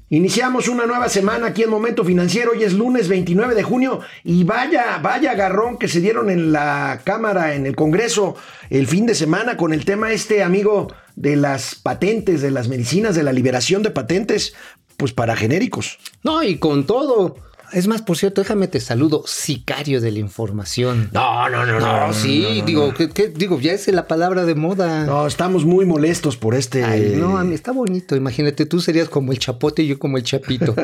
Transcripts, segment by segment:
Iniciamos una nueva semana aquí en Momento Financiero. Hoy es lunes 29 de junio y vaya agarrón que se dieron en la Cámara, en el Congreso, el fin de semana con el tema amigo, de las patentes, de las medicinas, de la liberación de patentes, pues para genéricos. No, y con todo. Es más, por cierto, déjame te saludo, sicario de la información. No. Sí, digo, ya es la palabra de moda. No, estamos muy molestos por Ay, no, a mí está bonito. Imagínate, tú serías como el Chapote y yo como el Chapito.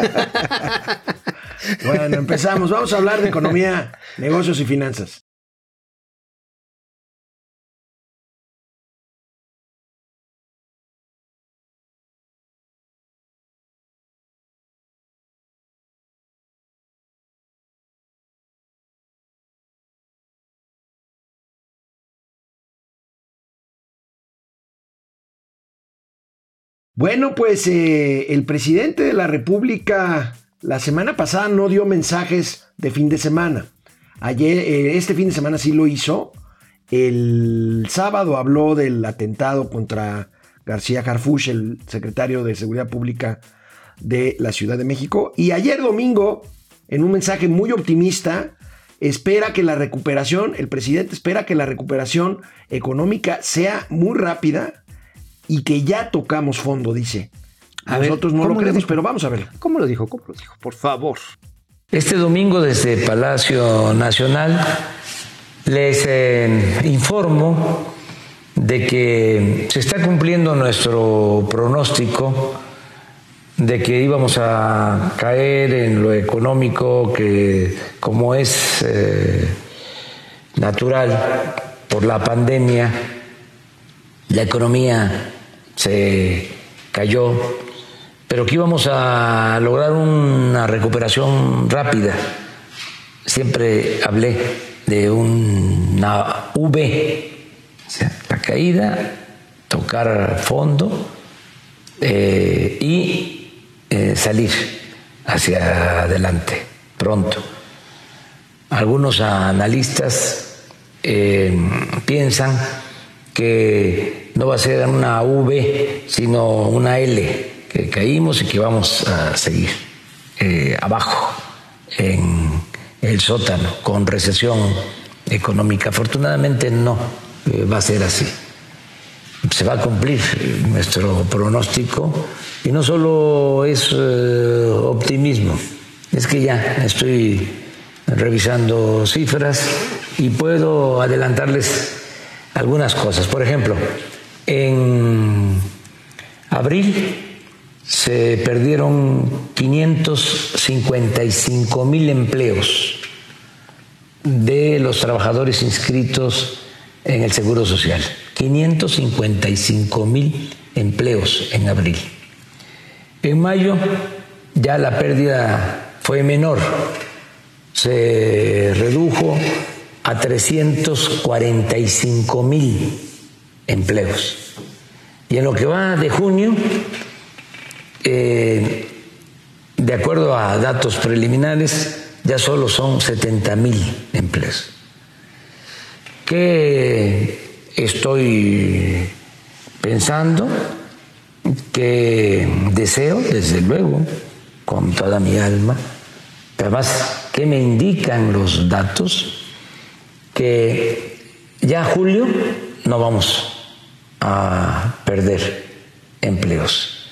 Bueno, empezamos. Vamos a hablar de economía, negocios y finanzas. Bueno, pues el presidente de la República la semana pasada no dio mensajes de fin de semana. Ayer, este fin de semana sí lo hizo. El sábado habló del atentado contra García Harfuch, el secretario de Seguridad Pública de la Ciudad de México. Y ayer domingo, en un mensaje muy optimista, el presidente espera que la recuperación económica sea muy rápida y que ya tocamos fondo, dice. Nosotros no lo creemos, pero vamos a verlo. ¿Cómo lo dijo? Por favor. Este domingo desde Palacio Nacional les informo de que se está cumpliendo nuestro pronóstico de que íbamos a caer en lo económico, que como es natural por la pandemia, la economía se cayó, pero que íbamos a lograr una recuperación rápida. Siempre hablé de una V, o sea, la caída, tocar fondo y salir hacia adelante pronto. Algunos analistas piensan que no va a ser una V, sino una L, que caímos y que vamos a seguir abajo en el sótano con recesión económica. Afortunadamente no va a ser así. Se va a cumplir nuestro pronóstico y no solo es optimismo, es que ya estoy revisando cifras y puedo adelantarles algunas cosas. Por ejemplo, en abril se perdieron 555,000 empleos de los trabajadores inscritos en el Seguro Social. 555,000 empleos en abril. En mayo ya la pérdida fue menor, se redujo a 345,000 empleos. Y en lo que va de junio, de acuerdo a datos preliminares, ya solo son 70,000 empleos. ¿Qué estoy pensando? Que deseo, desde luego, con toda mi alma, además, ¿qué me indican los datos? Que ya julio no vamos a perder empleos.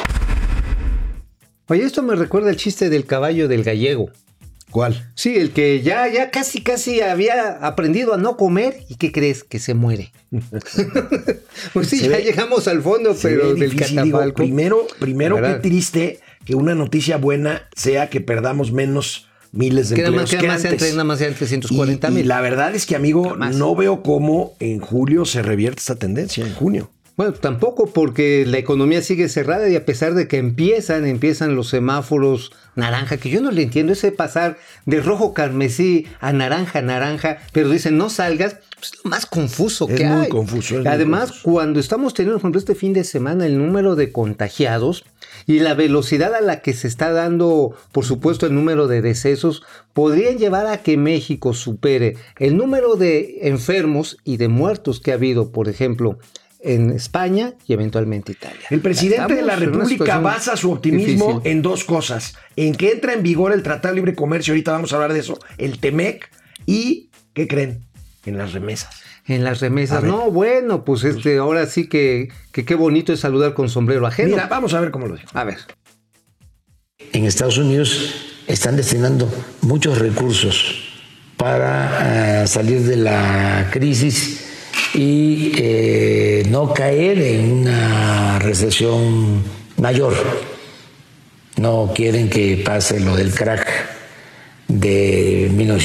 Oye, esto me recuerda el chiste del caballo del gallego. ¿Cuál? Sí, el que ya casi había aprendido a no comer y ¿qué crees? Que se muere. Pues sí, ya llegamos al fondo, pero del catafalco. Primero qué triste que una noticia buena sea que perdamos menos miles de empleos que antes. Nada más sean 340,000. Y la verdad es que, amigo, no veo cómo en julio se revierte esta tendencia, en junio. Bueno, tampoco, porque la economía sigue cerrada y a pesar de que empiezan los semáforos naranja, que yo no le entiendo ese pasar de rojo carmesí a naranja, pero dicen no salgas, pues lo más confuso que hay. Es muy confuso. Además, cuando estamos teniendo, por ejemplo, este fin de semana, el número de contagiados y la velocidad a la que se está dando, por supuesto, el número de decesos, podrían llevar a que México supere el número de enfermos y de muertos que ha habido, por ejemplo, en España y eventualmente Italia. El presidente de la República basa su optimismo difícil en dos cosas. En que entra en vigor el Tratado de Libre Comercio, ahorita vamos a hablar de eso, el TEMEC, y, ¿qué creen? En las remesas. En las remesas. No, bueno, pues ahora sí que qué bonito es saludar con sombrero ajeno. Mira, vamos a ver cómo lo dijo. A ver. En Estados Unidos están destinando muchos recursos para salir de la crisis y no caer en una recesión mayor. No quieren que pase lo del crack de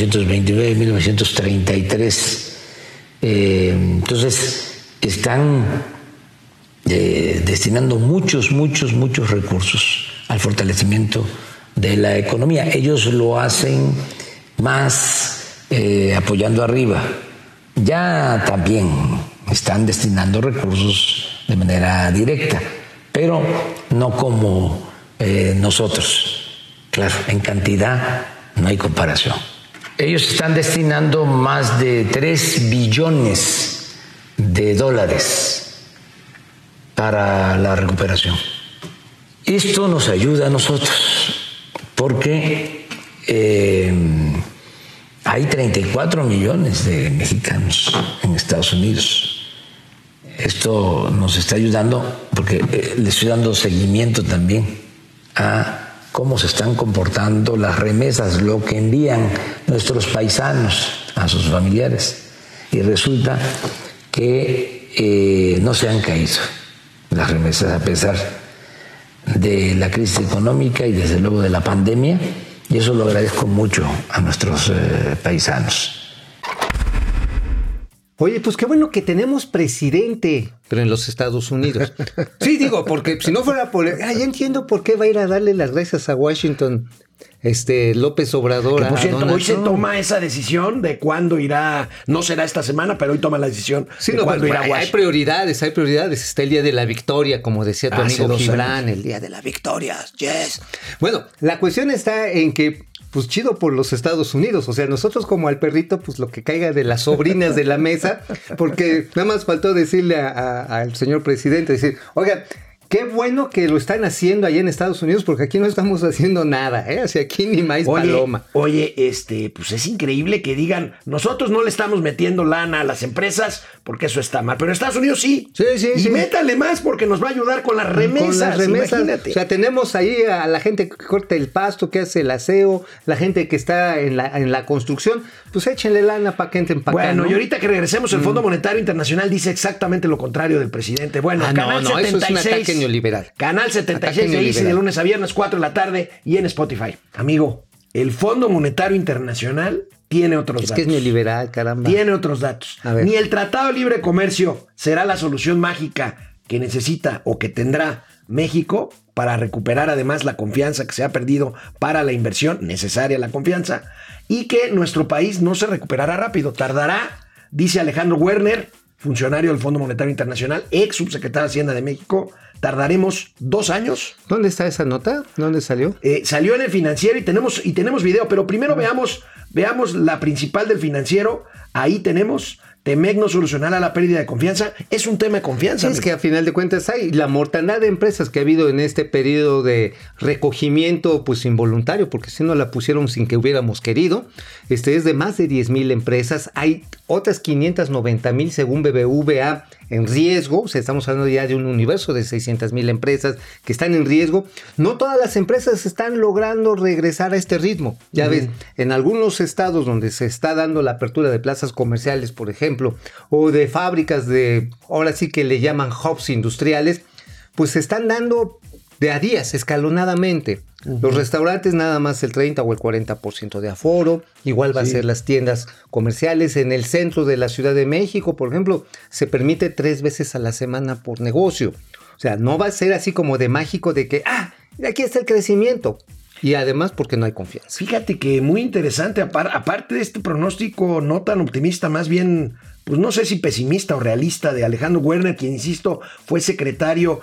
1929-1933. Entonces están destinando muchos recursos al fortalecimiento de la economía. Ellos lo hacen más apoyando arriba. Ya también están destinando recursos de manera directa, pero no como nosotros. Claro, en cantidad no hay comparación. Ellos están destinando más de 3 billones de dólares para la recuperación. Esto nos ayuda a nosotros porque hay 34 millones de mexicanos en Estados Unidos. Esto nos está ayudando porque le estoy dando seguimiento también a cómo se están comportando las remesas, lo que envían nuestros paisanos a sus familiares. Y resulta que no se han caído las remesas a pesar de la crisis económica y desde luego de la pandemia, y eso lo agradezco mucho a nuestros paisanos. Oye, pues qué bueno que tenemos presidente, pero en los Estados Unidos. Sí, digo, porque si no fuera por... ya entiendo por qué va a ir a darle las gracias a Washington López Obrador. Que por cierto, hoy se toma esa decisión de cuándo irá, no será esta semana, pero hoy toma la decisión de cuándo irá a Washington. Hay prioridades. Está el Día de la Victoria, como decía tu amigo Gibran, el Día de la Victoria, yes. Bueno, la cuestión está en que pues chido por los Estados Unidos, o sea, nosotros como al perrito, pues lo que caiga de las sobrinas de la mesa, porque nada más faltó decirle al señor presidente, decir, oiga, qué bueno que lo están haciendo allá en Estados Unidos, porque aquí no estamos haciendo nada, ¿eh? O sea, aquí ni maíz paloma. Oye, pues es increíble que digan, nosotros no le estamos metiendo lana a las empresas, porque eso está mal, pero en Estados Unidos sí. Sí. Métale más, porque nos va a ayudar con las remesas. Con las remesas, imagínate. O sea, tenemos ahí a la gente que corta el pasto, que hace el aseo, la gente que está en la construcción, pues échenle lana para que entren para acá, ¿no? Y ahorita que regresemos, el Fondo Monetario Internacional dice exactamente lo contrario del presidente. Bueno, Canal 76. Eso es un ataque neoliberal. Canal 76 se dice de lunes a viernes, 4 de la tarde y en Spotify. Amigo, el Fondo Monetario Internacional tiene otros datos. Es que es neoliberal, caramba. Tiene otros datos. Ni el Tratado de Libre Comercio será la solución mágica que necesita o que tendrá México para recuperar además la confianza que se ha perdido para la inversión, necesaria la confianza, y que nuestro país no se recuperará rápido. Tardará, dice Alejandro Werner, funcionario del Fondo Monetario Internacional, ex subsecretario de Hacienda de México, tardaremos 2 años. ¿Dónde está esa nota? ¿Dónde salió? Salió en el Financiero y tenemos video, pero primero veamos la principal del Financiero. Ahí tenemos, TEMEC no solucionará la pérdida de confianza. Es un tema de confianza. Es que a final de cuentas hay la mortandad de empresas que ha habido en este periodo de recogimiento pues involuntario, porque si no la pusieron sin que hubiéramos querido. Es de más de 10,000 empresas. Hay otras 590,000 según BBVA en riesgo. O sea, estamos hablando ya de un universo de 600,000 empresas que están en riesgo. No todas las empresas están logrando regresar a este ritmo. Ya ves, en algunos estados donde se está dando la apertura de plazas comerciales, por ejemplo, o de fábricas ahora sí que le llaman hubs industriales, pues se están dando de a días, escalonadamente. Los restaurantes nada más el 30 o el 40% de aforo, igual va a ser las tiendas comerciales. En el centro de la Ciudad de México, por ejemplo, se permite 3 veces a la semana por negocio. O sea, no va a ser así como de mágico de que, aquí está el crecimiento. Y además porque no hay confianza. Fíjate que muy interesante, aparte de este pronóstico no tan optimista, más bien, pues no sé si pesimista o realista, de Alejandro Werner, quien, insisto, fue subsecretario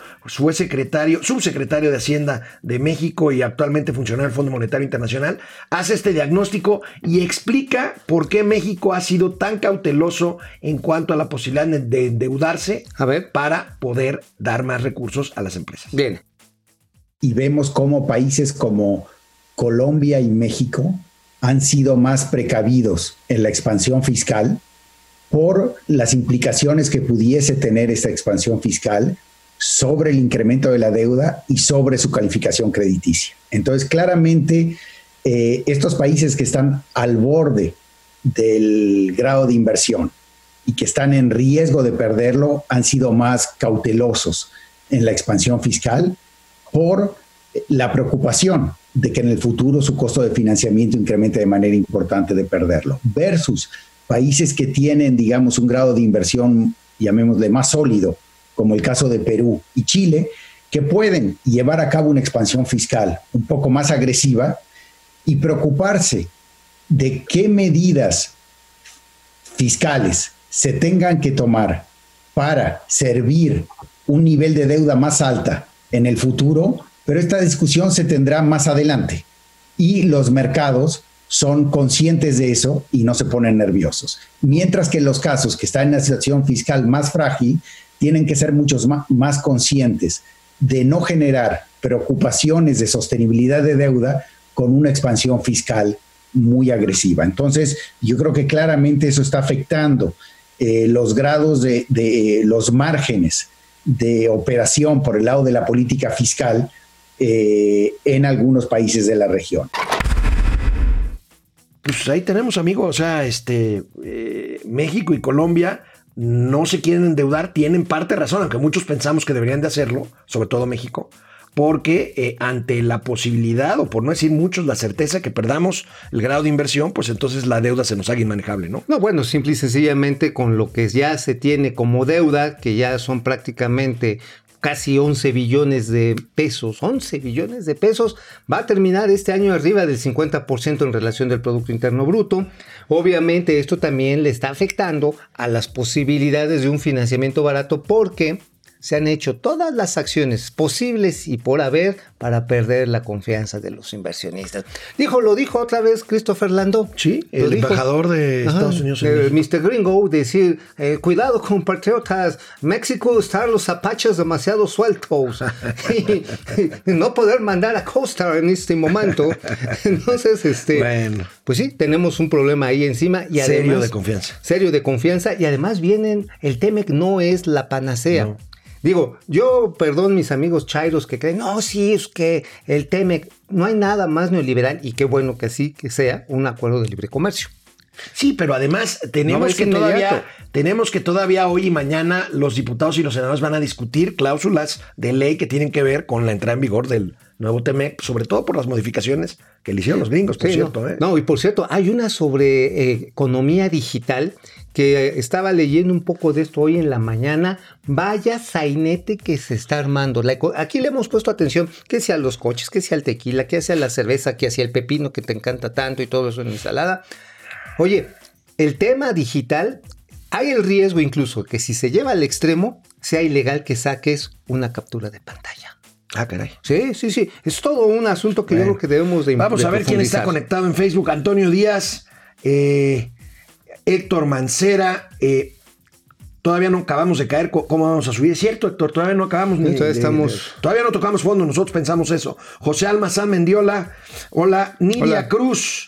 de Hacienda de México y actualmente funcionario del Fondo Monetario Internacional, hace este diagnóstico y explica por qué México ha sido tan cauteloso en cuanto a la posibilidad de endeudarse para poder dar más recursos a las empresas. Bien. Y vemos cómo países como Colombia y México han sido más precavidos en la expansión fiscal por las implicaciones que pudiese tener esta expansión fiscal sobre el incremento de la deuda y sobre su calificación crediticia. Entonces, claramente, estos países que están al borde del grado de inversión y que están en riesgo de perderlo han sido más cautelosos en la expansión fiscal por la preocupación de que en el futuro su costo de financiamiento incremente de manera importante de perderlo, versus países que tienen, digamos, un grado de inversión, llamémosle, más sólido, como el caso de Perú y Chile, que pueden llevar a cabo una expansión fiscal un poco más agresiva y preocuparse de qué medidas fiscales se tengan que tomar para servir un nivel de deuda más alta en el futuro, pero esta discusión se tendrá más adelante y los mercados son conscientes de eso y no se ponen nerviosos. Mientras que los casos que están en una situación fiscal más frágil tienen que ser muchos más conscientes de no generar preocupaciones de sostenibilidad de deuda con una expansión fiscal muy agresiva. Entonces, yo creo que claramente eso está afectando los grados de los márgenes de operación por el lado de la política fiscal en algunos países de la región. Pues ahí tenemos, amigos, o sea, México y Colombia no se quieren endeudar, tienen parte de razón, aunque muchos pensamos que deberían de hacerlo, sobre todo México, porque ante la posibilidad, o por no decir muchos, la certeza que perdamos el grado de inversión, pues entonces la deuda se nos haga inmanejable, ¿no? No, bueno, simple y sencillamente con lo que ya se tiene como deuda, que ya son prácticamente casi 11 billones de pesos, 11 billones de pesos, va a terminar este año arriba del 50% en relación del Producto Interno Bruto. Obviamente esto también le está afectando a las posibilidades de un financiamiento barato porque se han hecho todas las acciones posibles y por haber para perder la confianza de los inversionistas. Lo dijo otra vez Christopher Landau. Sí, el embajador de Estados Unidos. Mr. Gringo, decir, cuidado compatriotas, México están los apaches demasiado sueltos y no poder mandar a Costa en este momento. Entonces, bueno, pues sí, tenemos un problema ahí encima. Y además, serio de confianza. Y además el TEMEC no es la panacea. No. Perdón mis amigos chairos que creen, no, sí, es que el TEMEC, no hay nada más neoliberal y qué bueno que así que sea un acuerdo de libre comercio. Sí, pero además tenemos que todavía hoy y mañana los diputados y los senadores van a discutir cláusulas de ley que tienen que ver con la entrada en vigor del nuevo TEMEC, sobre todo por las modificaciones que le hicieron los gringos, por cierto. No, y por cierto, hay una sobre economía digital que estaba leyendo un poco de esto hoy en la mañana. Vaya sainete que se está armando. Aquí le hemos puesto atención, que sea los coches, que sea el tequila, que sea la cerveza, que sea el pepino que te encanta tanto y todo eso en ensalada. Oye, el tema digital, hay el riesgo incluso que si se lleva al extremo, sea ilegal que saques una captura de pantalla. Ah, caray. Sí. Es todo un asunto que yo creo que debemos de Vamos a ver quién está conectado en Facebook. Antonio Díaz, Héctor Mancera, todavía no acabamos de caer. ¿Cómo vamos a subir? Es cierto, Héctor, todavía no acabamos. Todavía no tocamos fondo, nosotros pensamos eso. José Almazán Mendiola, hola. Nidia Cruz,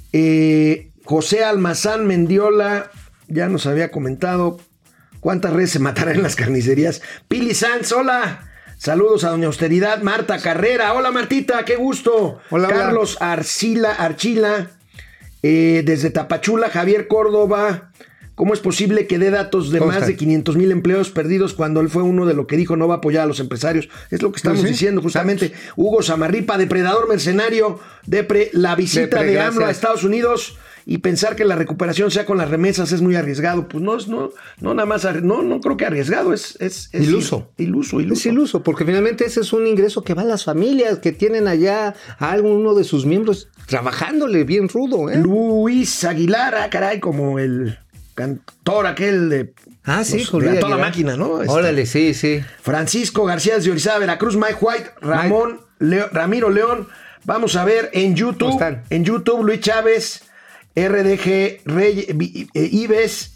José Almazán Mendiola, ya nos había comentado cuántas redes se matarán en las carnicerías. Pili Sanz, hola. Saludos a Doña Austeridad. Marta Carrera, hola Martita, qué gusto. Hola, Carlos Archila, desde Tapachula. Javier Córdoba, ¿cómo es posible que dé datos de más de 500,000 empleos perdidos cuando él fue uno de lo que dijo no va a apoyar a los empresarios? Es lo que estamos diciendo justamente. Hugo Samarripa, depredador mercenario, la visita de AMLO a Estados Unidos y pensar que la recuperación sea con las remesas es muy arriesgado. Pues no nada más, no creo que arriesgado, es iluso. Es iluso, porque finalmente ese es un ingreso que va a las familias que tienen allá a alguno de sus miembros trabajándole bien rudo. Luis Aguilar, caray, como el cantor aquel de... sí, de toda la máquina, ¿no? Órale, sí. Francisco García de Orizaba, Veracruz, Mike White, Ramiro León. Vamos a ver en YouTube. En YouTube, Luis Chávez, RDG Ives,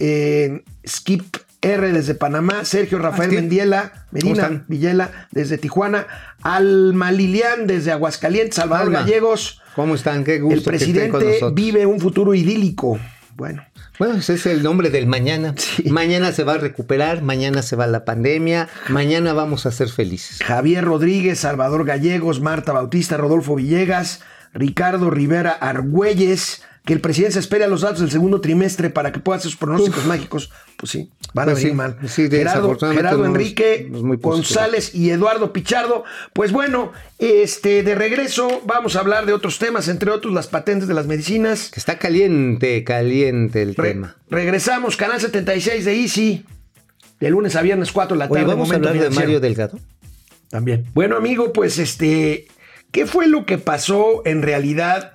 Skip R desde Panamá, Sergio Rafael Medina Villela desde Tijuana, Alma Lilian desde Aguascalientes, Salvador Gallegos. ¿Cómo están? Qué gusto. El presidente vive un futuro idílico. Bueno, ese es el nombre del mañana. Sí. Mañana se va a recuperar, mañana se va la pandemia, mañana vamos a ser felices. Javier Rodríguez, Salvador Gallegos, Marta Bautista, Rodolfo Villegas, Ricardo Rivera Argüelles, que el presidente se espere a los datos del segundo trimestre para que pueda hacer sus pronósticos mágicos. Pues sí, van a venir mal. Sí, Gerardo Enrique González y Eduardo Pichardo. Pues bueno, de regreso vamos a hablar de otros temas, entre otros las patentes de las medicinas. Que está caliente el tema. Regresamos, Canal 76 de Easy, de lunes a viernes 4 de la tarde. Oye, ¿vamos a hablar de Mario Delgado? También. Bueno, amigo, pues ¿qué fue lo que pasó en realidad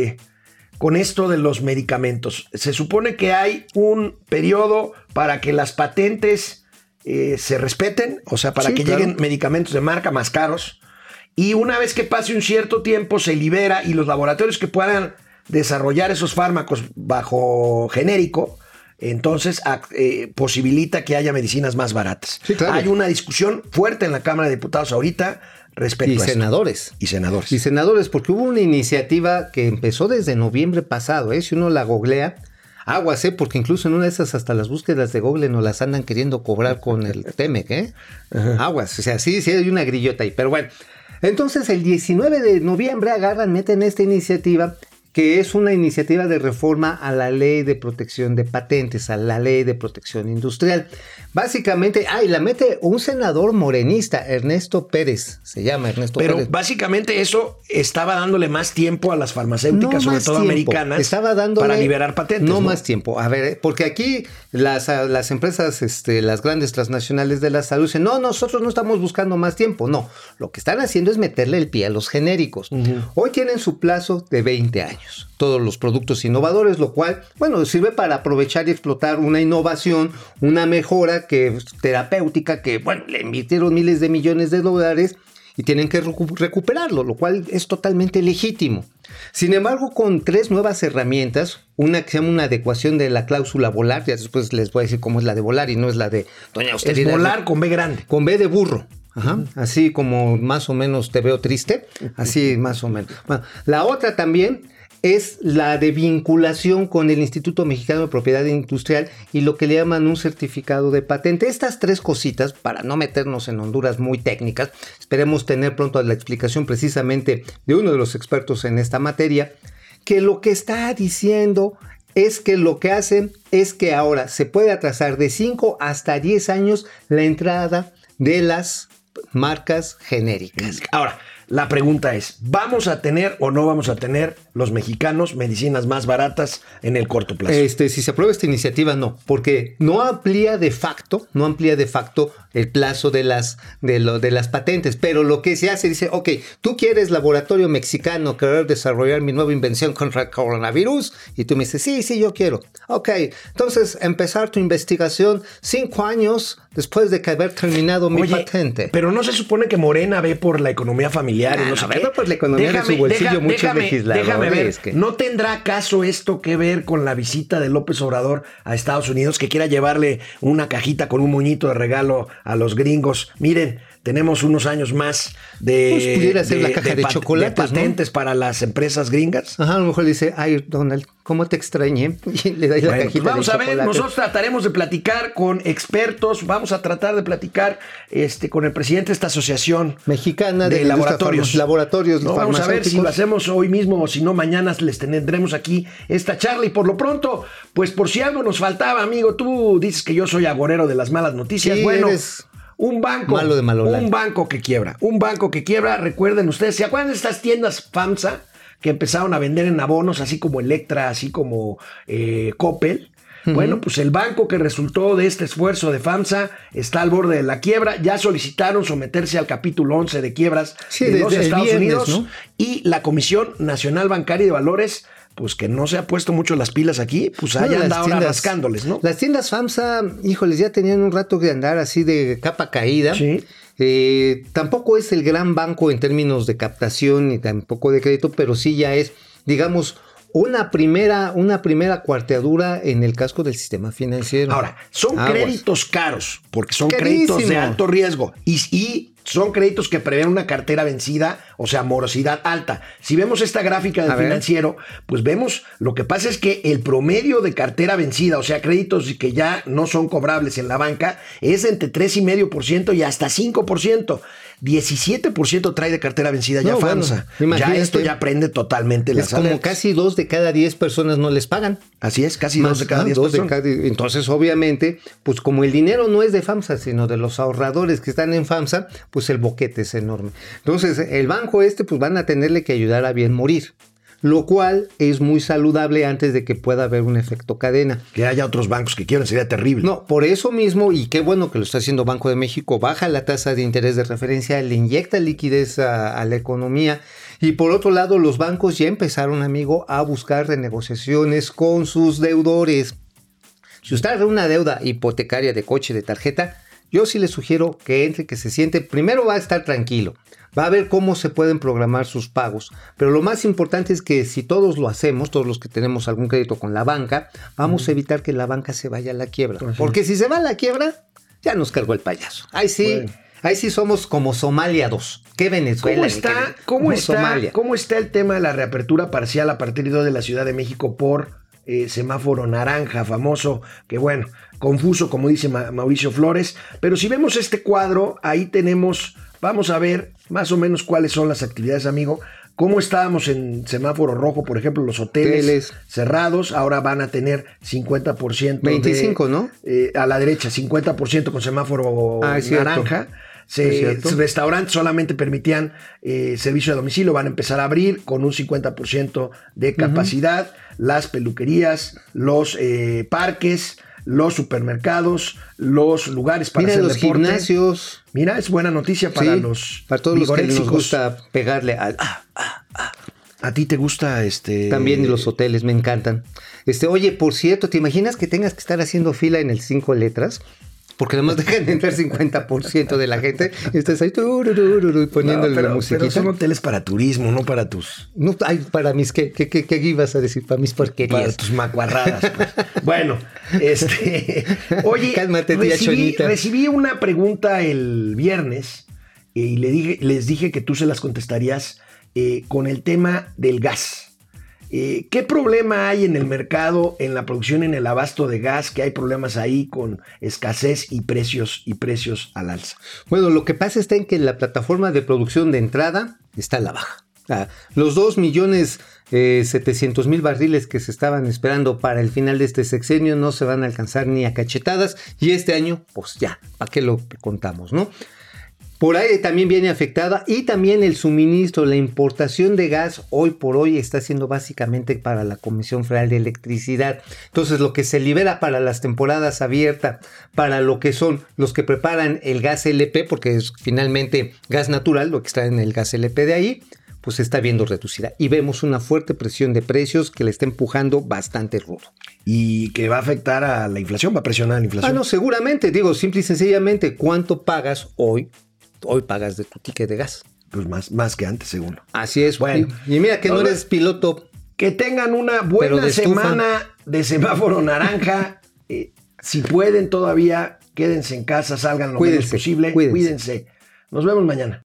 con esto de los medicamentos? Se supone que hay un periodo para que las patentes se respeten, o sea, para que lleguen medicamentos de marca más caros, y una vez que pase un cierto tiempo se libera y los laboratorios que puedan desarrollar esos fármacos bajo genérico, entonces posibilita que haya medicinas más baratas. Sí, claro. Hay una discusión fuerte en la Cámara de Diputados ahorita respecto a senadores. Y senadores. Y senadores, porque hubo una iniciativa que empezó desde noviembre pasado, si uno la googlea, aguas, porque incluso en una de esas hasta las búsquedas de Google nos las andan queriendo cobrar con el TEMEC, Aguas, o sea, sí hay una grillota ahí, pero bueno. Entonces el 19 de noviembre meten esta iniciativa, que es una iniciativa de reforma a la ley de protección de patentes, a la ley de protección industrial. Básicamente, la mete un senador morenista, Ernesto Pérez, se llama Ernesto Pérez. Pero básicamente eso estaba dándole más tiempo a las farmacéuticas, sobre todo americanas, para liberar patentes. No más tiempo. A ver, porque aquí las empresas, las grandes transnacionales de la salud dicen, no, nosotros no estamos buscando más tiempo. No, lo que están haciendo es meterle el pie a los genéricos. Hoy tienen su plazo de 20 años. Todos los productos innovadores, lo cual, sirve para aprovechar y explotar una innovación, una mejora terapéutica que, le invirtieron miles de millones de dólares y tienen que recuperarlo, lo cual es totalmente legítimo. Sin embargo, con 3 nuevas herramientas, una que se llama una adecuación de la cláusula volar, ya después les voy a decir cómo es la de volar y no es la de Doña Austeridad. Es volar con B grande. Con B de burro. Así como más o menos te veo triste, así más o menos. Bueno, la otra también es la de vinculación con el Instituto Mexicano de Propiedad Industrial y lo que le llaman un certificado de patente. Estas 3 cositas, para no meternos en honduras muy técnicas, esperemos tener pronto la explicación precisamente de uno de los expertos en esta materia, que lo que está diciendo es que lo que hacen es que ahora se puede atrasar de 5 hasta 10 años la entrada de las marcas genéricas. Ahora, la pregunta es, ¿vamos a tener o no vamos a tener los mexicanos medicinas más baratas en el corto plazo? Si se aprueba esta iniciativa, no, porque no amplía de facto el plazo de las patentes, pero lo que se hace, dice, ok, tú quieres laboratorio mexicano querer desarrollar mi nueva invención contra el coronavirus, y tú me dices, sí, yo quiero. Ok, entonces empezar tu investigación 5 años después de que haber terminado mi patente. Pero no se supone que Morena ve por la economía familiar. No sé qué. Pues la economía de su bolsillo muchos legisladores. Déjame ver, ¿no tendrá acaso esto que ver con la visita de López Obrador a Estados Unidos, que quiera llevarle una cajita con un moñito de regalo a los gringos? Miren, tenemos unos años más pudiera ser la caja de chocolates, de patentes, ¿no?, para las empresas gringas. Ajá, a lo mejor dice, ay, Donald, ¿cómo te extrañé? Y le da la cajita pues vamos de a ver, chocolates. nosotros trataremos de platicar con expertos, vamos a tratar de platicar con el presidente de esta asociación mexicana de laboratorios. No, vamos a ver si lo hacemos hoy mismo o si no, mañana les tendremos aquí esta charla. Y por lo pronto, pues por si algo nos faltaba, amigo, tú dices que yo soy agorero de las malas noticias. Sí, bueno, un banco, malo de Malolán. un banco que quiebra. Recuerden ustedes, ¿se acuerdan de estas tiendas FAMSA que empezaron a vender en abonos, así como Electra, así como Coppel. Bueno, pues el banco que resultó de este esfuerzo de FAMSA está al borde de la quiebra. Ya solicitaron someterse al capítulo 11 de quiebras de los Estados Unidos, ¿no? Y la Comisión Nacional Bancaria y de Valores, pues que no se ha puesto mucho las pilas aquí, pues ahí anda ahora rascándoles, ¿no? Las tiendas FAMSA, híjoles, ya tenían un rato de andar así de capa caída. Sí. Tampoco es el gran banco en términos de captación ni tampoco de crédito, pero sí ya es, digamos, una primera cuarteadura en el casco del sistema financiero. Ahora, son créditos caros, porque son créditos de alto riesgo y son créditos que prevén una cartera vencida, o sea, morosidad alta. Si vemos esta gráfica del financiero, pues vemos, lo que pasa es que el promedio de cartera vencida, o sea, créditos que ya no son cobrables en la banca, es entre 3,5% y hasta 5%. 17% trae de cartera vencida ya FAMSA. Bueno, ya esto ya prende totalmente las alertas. Como casi 2 de cada 10 personas no les pagan. Así es, casi 2 de cada 10 personas. Entonces, obviamente, pues como el dinero no es de FAMSA, sino de los ahorradores que están en FAMSA, pues el boquete es enorme. Entonces, el banco pues van a tenerle que ayudar a bien morir. Lo cual es muy saludable antes de que pueda haber un efecto cadena. Que haya otros bancos que quieran, sería terrible. No, por eso mismo, y qué bueno que lo está haciendo Banco de México, baja la tasa de interés de referencia, le inyecta liquidez a la economía. Y por otro lado, los bancos ya empezaron, amigo, a buscar renegociaciones con sus deudores. Si usted agarra una deuda hipotecaria de coche, de tarjeta, yo sí le sugiero que entre, que se siente. Primero va a estar tranquilo. Va a ver cómo se pueden programar sus pagos. Pero lo más importante es que si todos lo hacemos, todos los que tenemos algún crédito con la banca, vamos a evitar que la banca se vaya a la quiebra. Porque si se va a la quiebra, ya nos cargó el payaso. Ahí sí somos como Somalia 2. ¿Qué Venezuela? ¿Cómo está el tema de la reapertura parcial a partir de la Ciudad de México por semáforo naranja famoso? Que bueno, confuso, como dice Mauricio Flores. Pero si vemos este cuadro, ahí tenemos... Vamos a ver más o menos cuáles son las actividades, amigo. ¿Cómo estábamos en semáforo rojo? Por ejemplo, los hoteles cerrados ahora van a tener 50%. 25, ¿no? A la derecha, 50% con semáforo naranja. Restaurantes solamente permitían servicio a domicilio, van a empezar a abrir con un 50% de capacidad. Las peluquerías, los parques, los supermercados, los lugares para hacer deporte. Los gimnasios. Mira, es buena noticia para para todos los que nos gusta pegarle al... ¿A ti te gusta También los hoteles, me encantan. Oye, por cierto, ¿te imaginas que tengas que estar haciendo fila en el 5 letras? Porque además dejan de entrar 50% de la gente. Y estás ahí poniéndole la musiquita. Pero son hoteles para turismo, no para tus... No, ay, para mis... ¿Qué ibas a decir? Para mis porquerías. Para tus macuarradas. Pues. Bueno, oye, cálmate, tía Chonita. Recibí una pregunta el viernes y les dije que tú se las contestarías con el tema del gas. ¿Qué problema hay en el mercado, en la producción, en el abasto de gas? Que hay problemas ahí con escasez y precios al alza. Bueno, lo que pasa está en que la plataforma de producción de entrada está a la baja. Los 2.700.000 barriles que se estaban esperando para el final de este sexenio no se van a alcanzar ni a cachetadas. Y este año, pues ya, ¿para qué lo contamos, no? Por ahí también viene afectada y también el suministro, la importación de gas hoy por hoy está siendo básicamente para la Comisión Federal de Electricidad. Entonces lo que se libera para las temporadas abiertas, para lo que son los que preparan el gas LP, porque es finalmente gas natural, lo que extraen el gas LP de ahí, pues se está viendo reducida. Y vemos una fuerte presión de precios que le está empujando bastante rudo. Y que va a afectar a la inflación, va a presionar a la inflación. No, seguramente, digo, simple y sencillamente, ¿cuánto pagas hoy? Hoy pagas de tu ticket de gas. Pues más que antes, seguro. Así es. Bueno. Y mira que no eres piloto. Que tengan una buena semana de semáforo naranja. Si pueden todavía, quédense en casa, salgan lo menos posible. Cuídense. Nos vemos mañana.